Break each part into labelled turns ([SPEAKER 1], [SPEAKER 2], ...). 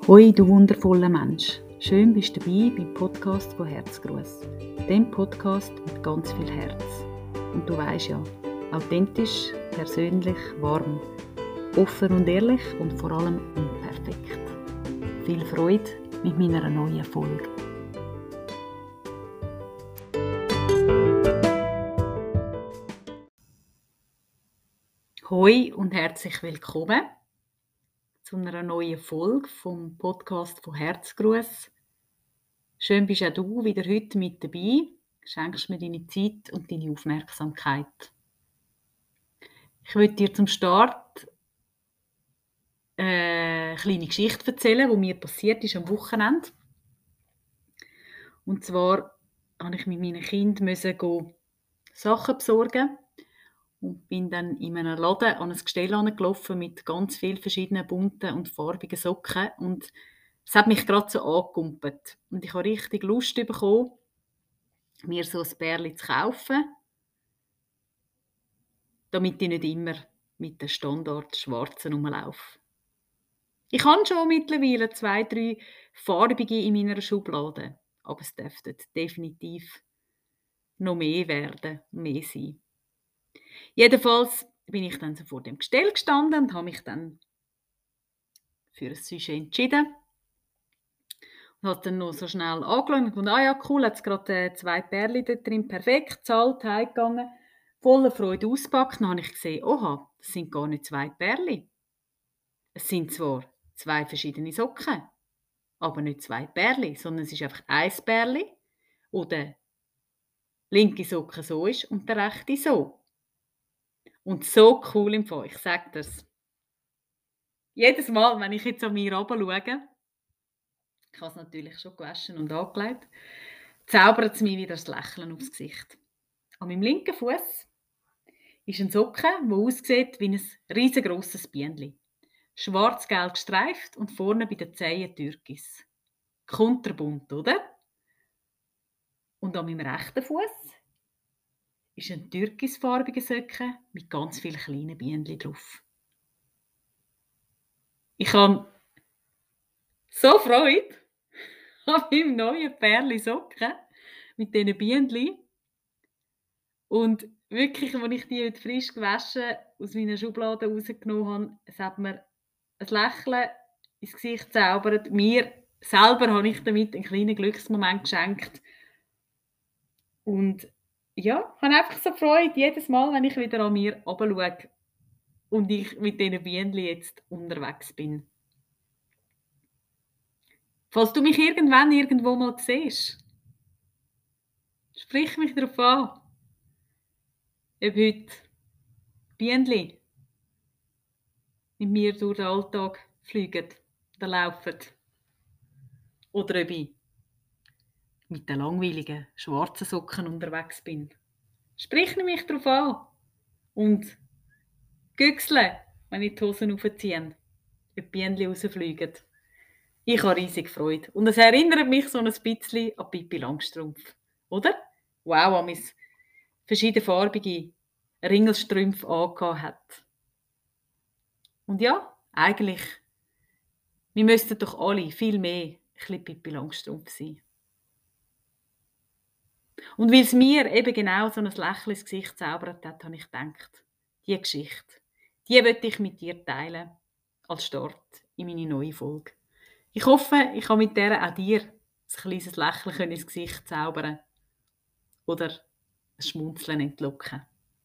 [SPEAKER 1] Hoi, du wundervoller Mensch. Schön bist du dabei beim Podcast von Herzgruß. Dem Podcast mit ganz viel Herz. Und du weisst ja, authentisch, persönlich, warm, offen und ehrlich und vor allem unperfekt. Viel Freude mit meiner neuen Folge. Hoi und herzlich willkommen zu einer neuen Folge vom Podcast von Herzgruß. Schön bist auch du wieder heute mit dabei. Schenkst mir deine Zeit und deine Aufmerksamkeit. Ich möchte dir zum Start eine kleine Geschichte erzählen, die mir passiert ist am Wochenende. Und zwar musste ich mit meinen Kindern Sachen besorgen und bin dann in einem Laden an ein Gestell angelaufen mit ganz vielen verschiedenen bunten und farbigen Socken und es hat mich gerade so angekumpelt. Und ich habe richtig Lust bekommen, mir so ein Pärchen zu kaufen, damit ich nicht immer mit den Standard schwarzen rumlaufe. Ich habe schon mittlerweile 2, 3 farbige in meiner Schublade, aber es dürften definitiv noch mehr werden, mehr sein. Jedenfalls bin ich dann so vor dem Gestell gestanden und habe mich dann für ein Sujet entschieden. Und habe dann noch so schnell angeschaut und gedacht, ja cool, jetzt gerade 2 Pärchen da drin, perfekt, gezahlt, heimgegangen, voller Freude ausgepackt. Dann habe ich gesehen, oha, das sind gar nicht 2 Pärchen. Es sind zwar 2 verschiedene Socken, aber nicht 2 Pärchen, sondern es ist einfach ein Pärchen, wo der linke Socken so ist und der rechte so. Und so cool im Fall, ich sage das. Jedes Mal, wenn ich jetzt an mir runterschaue, ich habe es natürlich schon gewaschen und angelegt, zaubert es mir wieder das Lächeln aufs Gesicht. An meinem linken Fuß ist ein Socken, der aussieht wie ein riesengroßes Bienenli. Schwarz-gelb gestreift und vorne bei den Zehen türkis. Kunterbunt, oder? Und an meinem rechten Fuß ist ein türkisfarbiger Socken mit ganz vielen kleinen Bienenli drauf. Ich habe so Freude an meinem neuen Pärchen Socken mit diesen Bienenli. Und wirklich, als ich die heute frisch gewaschen aus meiner Schublade rausgenommen habe, es hat mir ein Lächeln ins Gesicht gezaubert. Mir selber habe ich damit einen kleinen Glücksmoment geschenkt. Und ja, ich habe einfach so Freude, jedes Mal, wenn ich wieder an mir runterschaue und ich mit diesen Bienen jetzt unterwegs bin. Falls du mich irgendwann irgendwo mal siehst, sprich mich darauf an, ob heute Bienen mit mir durch den Alltag fliegen oder laufen. Oder ob ich mit den langweiligen schwarzen Socken unterwegs bin. Sprich mich darauf an und güchsle, wenn ich die Hosen aufziehe, ob die Bienen rausfliegen. Ich habe riesig Freude. Und es erinnert mich so ein bisschen an Pippi Langstrumpf. Oder? Wow, an meine verschiedenfarbige Ringelstrümpfe angehabt hat. Und ja, eigentlich, wir müssten doch alle viel mehr ein bisschen Pippi Langstrumpf sein. Und weil es mir eben genau so ein Lächeln ins Gesicht zaubert hat, habe ich gedacht, diese Geschichte, die möchte ich mit dir teilen, als Start in meine neue Folge. Ich hoffe, ich kann mit der auch dir ein kleines Lächeln ins Gesicht zaubern oder ein Schmunzeln entlocken.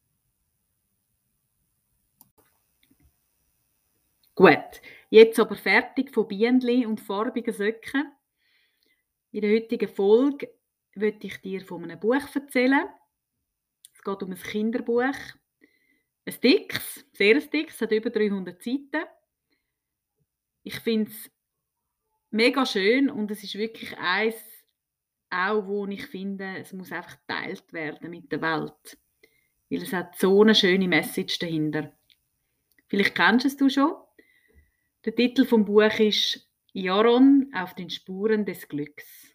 [SPEAKER 1] Gut, jetzt aber fertig von Bienenli und farbigen Socken. In der heutigen Folge möchte ich dir von einem Buch erzählen. Es geht um ein Kinderbuch. Ein dickes, sehr dickes, hat über 300 Seiten. Ich finde es mega schön und es ist wirklich eins, auch wo ich finde, es muss einfach geteilt werden mit der Welt. Weil es hat so eine schöne Message dahinter. Vielleicht kennst du es schon. Der Titel vom Buch ist Jaron auf den Spuren des Glücks.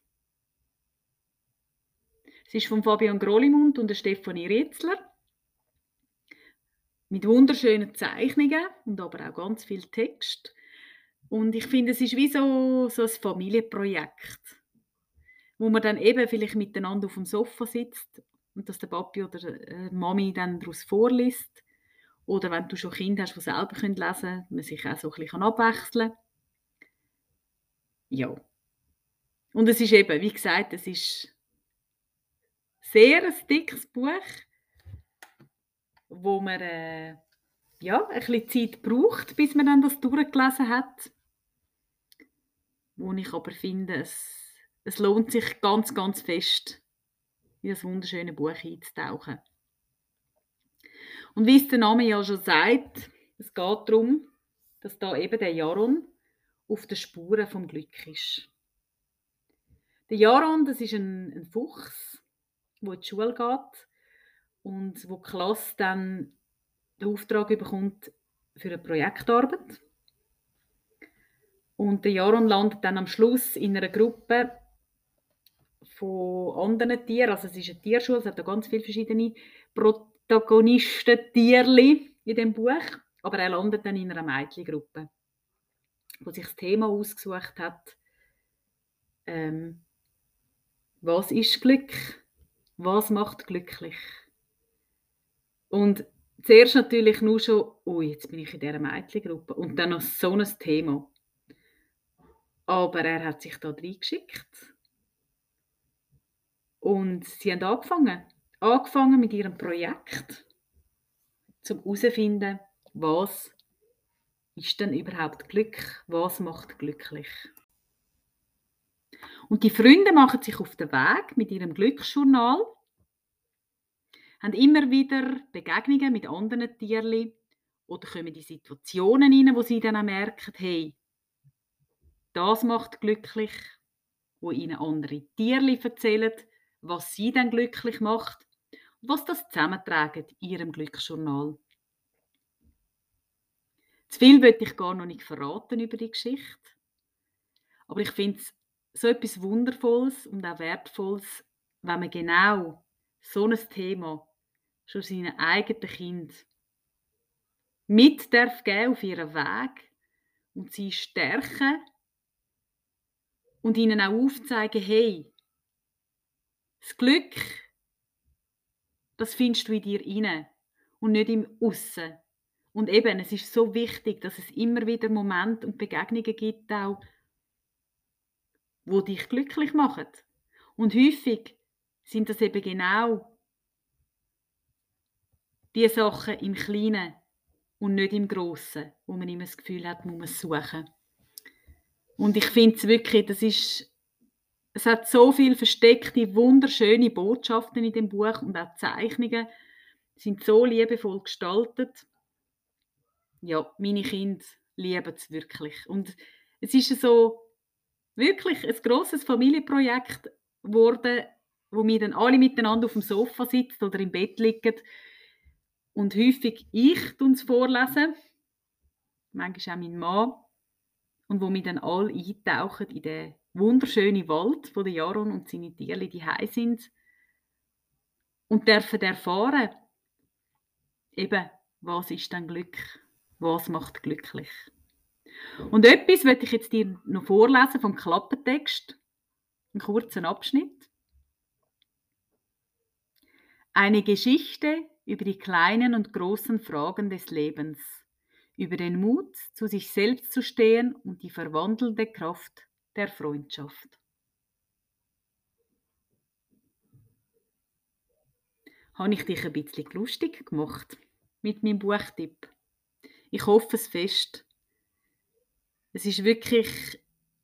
[SPEAKER 1] Es ist von Fabian Grolimund und der Stefanie Rätzler. Mit wunderschönen Zeichnungen und aber auch ganz viel Text. Und ich finde, es ist wie so ein Familienprojekt, wo man dann eben vielleicht miteinander auf dem Sofa sitzt und dass der Papi oder Mami dann daraus vorliest. Oder wenn du schon Kinder hast, die selber lesen können, man sich auch so ein bisschen abwechseln kann. Ja. Und es ist eben, wie gesagt, es ist sehr ein dickes Buch, wo man ja, ein bisschen Zeit braucht, bis man dann das durchgelesen hat. Wo ich aber finde, es lohnt sich ganz, ganz fest, in das wunderschöne Buch einzutauchen. Und wie es der Name ja schon sagt, es geht darum, dass da eben der Jaron auf den Spuren vom Glück ist. Der Jaron, das ist ein Fuchs, der in die Schule geht und wo die Klasse dann den Auftrag bekommt für eine Projektarbeit. Und der Jaron landet dann am Schluss in einer Gruppe von anderen Tieren. Also es ist eine Tierschule, es hat da ganz viele verschiedene Protagonisten, Tierli in dem Buch. Aber er landet dann in einer Mädchengruppe, wo sich das Thema ausgesucht hat, was ist Glück? Was macht glücklich? Und zuerst natürlich nur schon, oh, jetzt bin ich in dieser Mädchengruppe. Und dann noch so ein Thema. Aber er hat sich da reingeschickt. Und sie haben angefangen mit ihrem Projekt, um herauszufinden, was ist denn überhaupt Glück, was macht glücklich. Und die Freunde machen sich auf den Weg mit ihrem Glücksjournal, haben immer wieder Begegnungen mit anderen Tierchen oder kommen in Situationen rein, wo sie dann auch merken, hey, das macht glücklich, wo ihnen andere Tierchen erzählen, was sie dann glücklich macht und was das zusammentragen in ihrem Glücksjournal. Zu viel möchte ich gar noch nicht verraten über die Geschichte, aber ich finde es so etwas Wundervolles und auch Wertvolles, wenn man genau so ein Thema schon seinen eigenen Kindern mit darf geben auf ihren Weg und sie stärken und ihnen auch aufzeigen, hey, das Glück, das findest du in dir inne und nicht im Aussen. Und eben, es ist so wichtig, dass es immer wieder Momente und Begegnungen gibt, auch, wo dich glücklich machen. Und häufig sind das eben genau die Sachen im Kleinen und nicht im Grossen, wo man immer das Gefühl hat, muss man es suchen. Und ich finde es wirklich, es hat so viele versteckte, wunderschöne Botschaften in dem Buch und auch Zeichnungen sind so liebevoll gestaltet. Ja, meine Kinder lieben es wirklich. Und es ist so wirklich ein grosses Familienprojekt geworden, wo wir dann alle miteinander auf dem Sofa sitzen oder im Bett liegen und häufig ich uns vorlesen, manchmal auch mein Mann, und wo wir dann alle eintauchen in den wunderschönen Wald, wo der Jaron und seine Tierchen daheim sind und dürfen erfahren, eben, was ist denn Glück, was macht glücklich. Und etwas möchte ich jetzt dir noch vorlesen vom Klappentext, einen kurzen Abschnitt. Eine Geschichte über die kleinen und großen Fragen des Lebens, über den Mut, zu sich selbst zu stehen und die verwandelnde Kraft der Freundschaft. Habe ich dich ein bisschen lustig gemacht mit meinem Buchtipp? Ich hoffe es fest. Es ist wirklich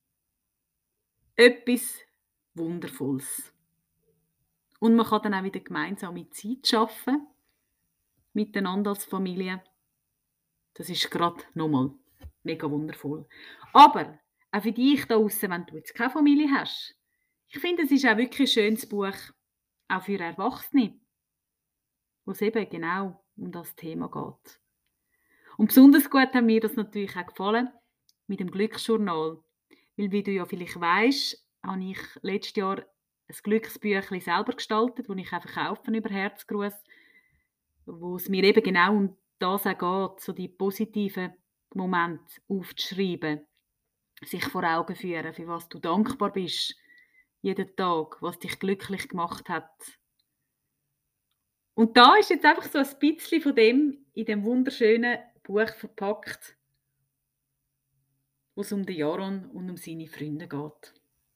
[SPEAKER 1] etwas Wundervolles. Und man kann dann auch wieder gemeinsame Zeit schaffen, miteinander als Familie. Das ist gerade nochmal mega wundervoll. Aber auch für dich da draussen, wenn du jetzt keine Familie hast, ich finde, es ist auch wirklich ein schönes Buch, auch für Erwachsene, wo es eben genau um das Thema geht. Und besonders gut hat mir das natürlich auch gefallen mit dem Glücksjournal. Weil, wie du ja vielleicht weisst, habe ich letztes Jahr ein Glücksbüchlein selber gestaltet, das ich auch verkaufe über Herzgruß, wo es mir eben genau um das auch geht, so die positiven Momente aufzuschreiben. sich vor Augen führen, für was du dankbar bist, jeden Tag, was dich glücklich gemacht hat. Und da ist jetzt einfach so ein bisschen von dem in dem wunderschönen Buch verpackt, wo es um den Jaron und um seine Freunde geht.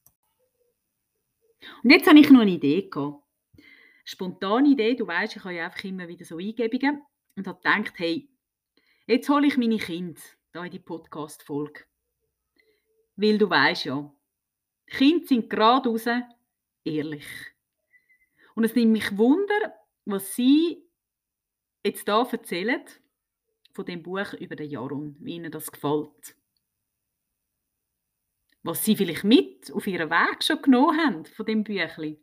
[SPEAKER 1] Und jetzt habe ich noch eine Idee gehabt. Spontane Idee, du weißt, ich habe ja einfach immer wieder so Eingebungen und habe gedacht, hey, jetzt hole ich meine Kinder da in die Podcast-Folge. Weil du weißt ja, Kinder sind geradeaus ehrlich. Und es nimmt mich Wunder, was sie jetzt da erzählen von dem Buch über den Jaron, wie ihnen das gefällt. Was sie vielleicht mit auf ihren Weg schon genommen haben von dem Büchlein.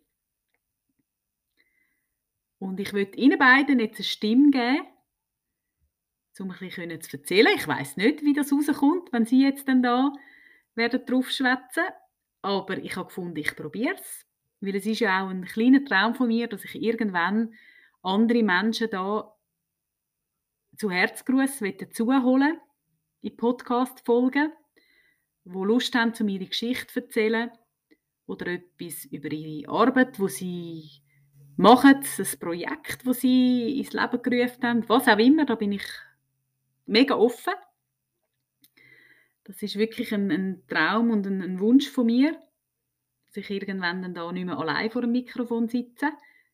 [SPEAKER 1] Und ich würde ihnen beiden jetzt eine Stimme geben, um ein bisschen zu erzählen. Ich weiss nicht, wie das rauskommt, wenn sie jetzt dann da werden drauf schwätzen. Aber ich habe gefunden, ich probiere es. Weil es ist ja auch ein kleiner Traum von mir, dass ich irgendwann andere Menschen da zu Herzgruß dazuholen in Podcast-Folgen, die Lust haben, um ihre Geschichte zu erzählen oder etwas über ihre Arbeit, die sie machen, ein Projekt, das sie ins Leben gerufen haben, was auch immer, da bin ich mega offen. Das ist wirklich ein Traum und ein Wunsch von mir, dass ich irgendwann dann da nicht mehr allein vor dem Mikrofon sitze.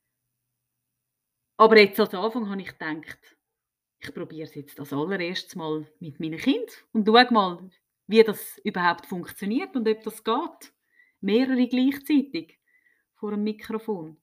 [SPEAKER 1] Aber jetzt als Anfang habe ich gedacht, ich probiere es jetzt als allererstes mal mit meinen Kindern und schaue mal, wie das überhaupt funktioniert und ob das geht. Mehrere gleichzeitig vor dem Mikrofon.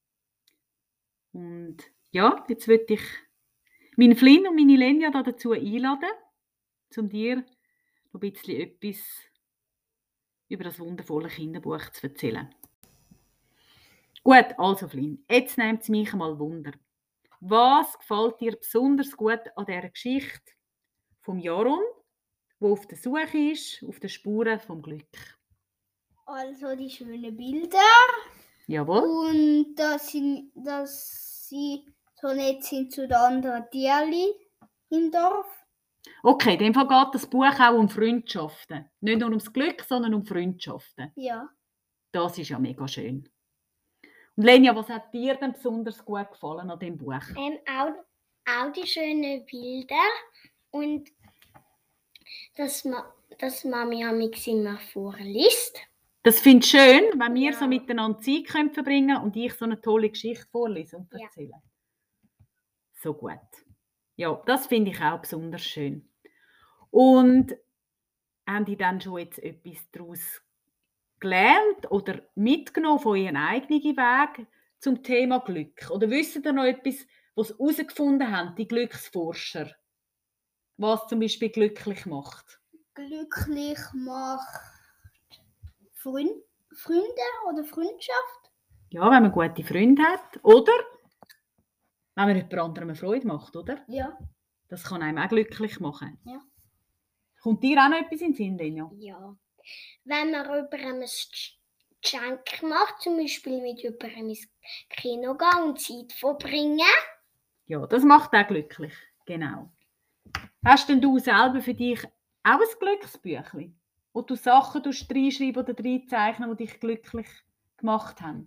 [SPEAKER 1] Und ja, jetzt würde ich meinen Flynn und meine Lenja dazu einladen, um dir noch ein bisschen etwas über das wundervolle Kinderbuch zu erzählen. Gut, also Flynn, jetzt nimmt es mich mal Wunder. Was gefällt dir besonders gut an dieser Geschichte vom Jaron, der auf der Suche ist, auf den Spuren vom Glück?
[SPEAKER 2] Also die schönen Bilder.
[SPEAKER 1] Jawohl.
[SPEAKER 2] Und dass sie so nett sind zu den anderen Tierli im Dorf.
[SPEAKER 1] Okay, in dem Fall geht das Buch auch um Freundschaften. Nicht nur ums Glück, sondern um Freundschaften.
[SPEAKER 2] Ja.
[SPEAKER 1] Das ist ja mega schön. Und Lenja, was hat dir denn besonders gut gefallen an dem Buch?
[SPEAKER 3] Auch die schönen Bilder und dass Mami immer vorliest.
[SPEAKER 1] Das finde ich schön, wenn wir so miteinander Zeit verbringen können und ich so eine tolle Geschichte vorlese und erzähle. Ja. So gut. Ja, das finde ich auch besonders schön. Und haben die dann schon jetzt etwas daraus gelernt oder mitgenommen von ihren eigenen Weg zum Thema Glück? Oder wissen ihr noch etwas, was sie herausgefunden haben, die Glücksforscher? Was zum Beispiel glücklich macht?
[SPEAKER 2] Glücklich macht Freunde oder Freundschaft.
[SPEAKER 1] Ja, wenn man gute Freunde hat. Oder wenn man jemand anderem eine Freude macht, oder?
[SPEAKER 2] Ja.
[SPEAKER 1] Das kann einem auch glücklich machen.
[SPEAKER 2] Ja.
[SPEAKER 1] Kommt dir auch noch etwas in den Sinn, Lenja?
[SPEAKER 3] Ja. Wenn man jemandem ein Geschenk macht, zum Beispiel mit jemandem ins Kino gehen und Zeit verbringen.
[SPEAKER 1] Ja, das macht auch glücklich. Genau. Hast denn du selber für dich auch ein Glücksbüchlein, wo du Sachen reinschreiben oder reinzeichnen, die dich glücklich gemacht haben?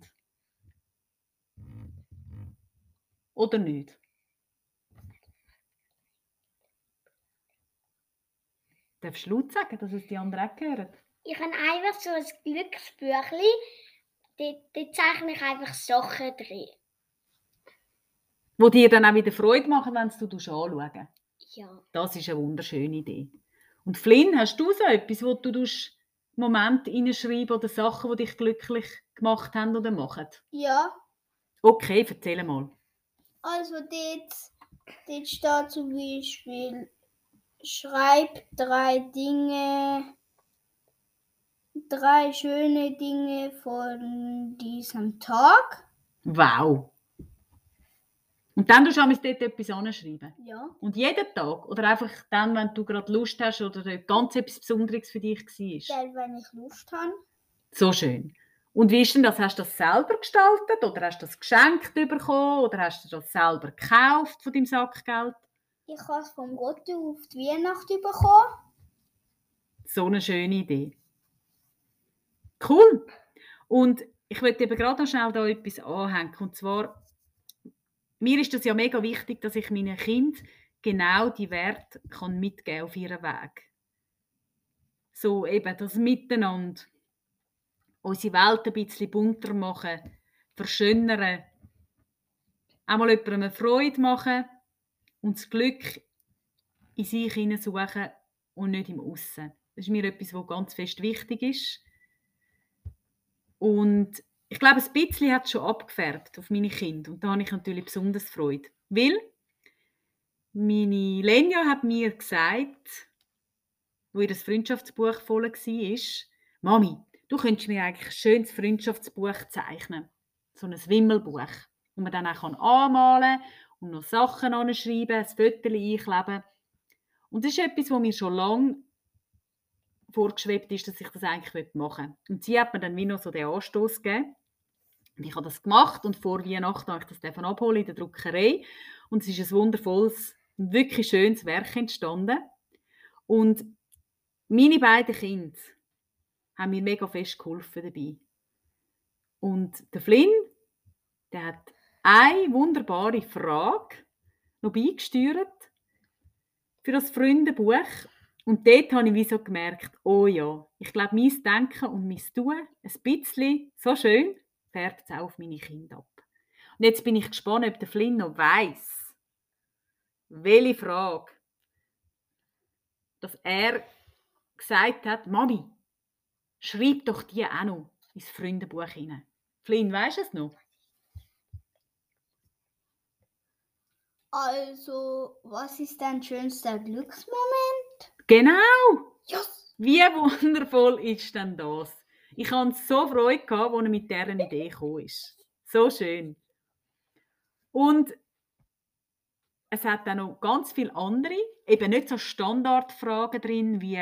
[SPEAKER 1] Oder nicht? Darfst du laut sagen, dass es die anderen auch hören?
[SPEAKER 3] Ich habe einfach so ein Glücksbüchlein, dort zeichne ich einfach Sachen drin.
[SPEAKER 1] Die dir dann auch wieder Freude machen, wenn du anschauen.
[SPEAKER 3] Ja.
[SPEAKER 1] Das ist eine wunderschöne Idee. Und Flynn, hast du so etwas, wo du Momente hineinschreiben oder Sachen, die dich glücklich gemacht haben oder machen?
[SPEAKER 2] Ja.
[SPEAKER 1] Okay, erzähl mal.
[SPEAKER 2] Also dort steht zum Beispiel, schreib 3 schöne Dinge von diesem Tag.
[SPEAKER 1] Wow. Und dann tust du dort etwas anschreiben?
[SPEAKER 2] Ja.
[SPEAKER 1] Und jeden Tag? Oder einfach dann, wenn du gerade Lust hast oder ganz etwas Besonderes für dich war?
[SPEAKER 2] Dann, wenn ich Lust habe.
[SPEAKER 1] So schön. Und wie ist denn das? Hast du das selber gestaltet oder hast du das geschenkt bekommen oder hast du das selber gekauft von deinem Sackgeld?
[SPEAKER 2] Ich habe es vom Gott auf die Weihnacht bekommen.
[SPEAKER 1] So eine schöne Idee. Cool. Und ich möchte eben gerade noch schnell da etwas anhängen. Und zwar, mir ist das ja mega wichtig, dass ich meinen Kindern genau die Werte mitgeben kann auf ihren Weg. So eben das Miteinander. Unsere Welt ein bisschen bunter machen, verschönern. Einmal jemandem eine Freude machen und das Glück in sich suchen und nicht im Aussen. Das ist mir etwas, was ganz fest wichtig ist. Und ich glaube, ein bisschen hat es schon abgefärbt auf meine Kinder. Und da habe ich natürlich besonders Freude. Weil meine Lenja hat mir gesagt, wo ihr das Freundschaftsbuch voll war, Mami, du könntest mir eigentlich ein schönes Freundschaftsbuch zeichnen. So ein Wimmelbuch, wo man dann auch anmalen kann und noch Sachen anschreiben, ein Foto einkleben. Und das ist etwas, was mir schon lange vorgeschwebt ist, dass ich das eigentlich machen will. Und sie hat mir dann wie noch so den Anstoß gegeben. Und ich habe das gemacht und vor Weihnachten habe ich das abholen in der Druckerei. Und es ist ein wundervolles, wirklich schönes Werk entstanden. Und meine beiden Kinder haben mir mega fest geholfen dabei. Und der Flynn, der hat eine wunderbare Frage noch beigesteuert für das Freundebuch. Und dort habe ich wie so gemerkt, oh ja, ich glaube, mein Denken und mein Tun, ein bisschen, so schön, färbt es auch auf meine Kinder ab. Und jetzt bin ich gespannt, ob der Flynn noch weiss, welche Frage, dass er gesagt hat, Mami, schreib doch die auch noch ins Freundebuch hinein. Flynn, weisst du es noch?
[SPEAKER 2] Also, was ist dein schönster Glücksmoment?
[SPEAKER 1] Genau!
[SPEAKER 2] Yes!
[SPEAKER 1] Wie wundervoll ist denn das? Ich hatte so Freude, als er mit dieser Idee gekommen ist. So schön. Und es hat auch noch ganz viele andere, eben nicht so Standardfragen drin, wie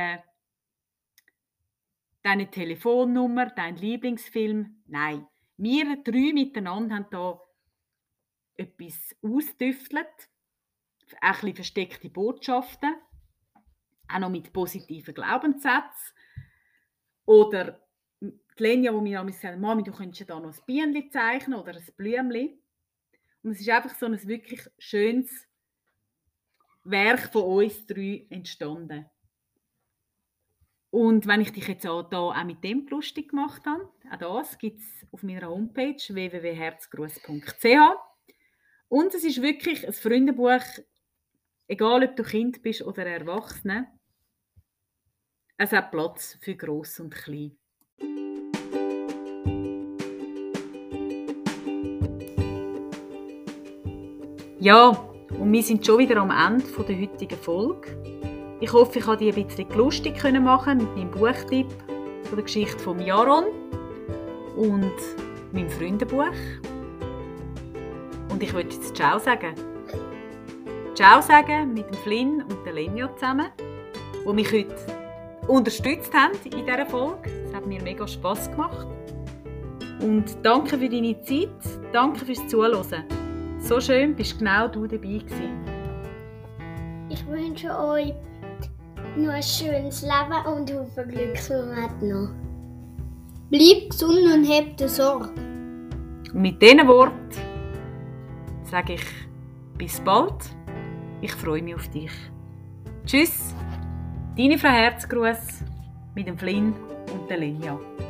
[SPEAKER 1] deine Telefonnummer, dein Lieblingsfilm. Nein, wir 3 miteinander haben da etwas ausgetüftelt, ein bisschen versteckte Botschaften, auch noch mit positiven Glaubenssätzen. Oder die Lenja, die mir sagt, Mami, du könntest ja da noch ein Bienchen zeichnen oder ein Blümchen. Und es ist einfach so ein wirklich schönes Werk von uns 3 entstanden. Und wenn ich dich jetzt auch mit dem lustig gemacht habe, auch das gibt es auf meiner Homepage www.herzgruss.ch. Und es ist wirklich ein Freundebuch, egal ob du Kind bist oder Erwachsene. Es hat Platz für Gross und Klein. Ja, und wir sind schon wieder am Ende der heutigen Folge. Ich hoffe, ich konnte dich ein bisschen lustig machen mit meinem Buchtipp von der Geschichte von Jaron und meinem Freundebuch. Und ich möchte jetzt Ciao sagen. Ciao sagen mit dem Flynn und der Lenja zusammen, die mich heute unterstützt haben in dieser Folge. Es hat mir mega Spass gemacht. Und danke für deine Zeit, danke fürs Zuhören. So schön, bist genau du dabei gewesen.
[SPEAKER 3] Ich wünsche euch noch ein schönes Leben und hoffe Glücksmoment noch.
[SPEAKER 2] Bleib gesund und habt Sorge.
[SPEAKER 1] Und mit diesen Worten sage ich bis bald. Ich freue mich auf dich. Tschüss, deine Frau Herzgruss mit dem Flynn und der Lenja.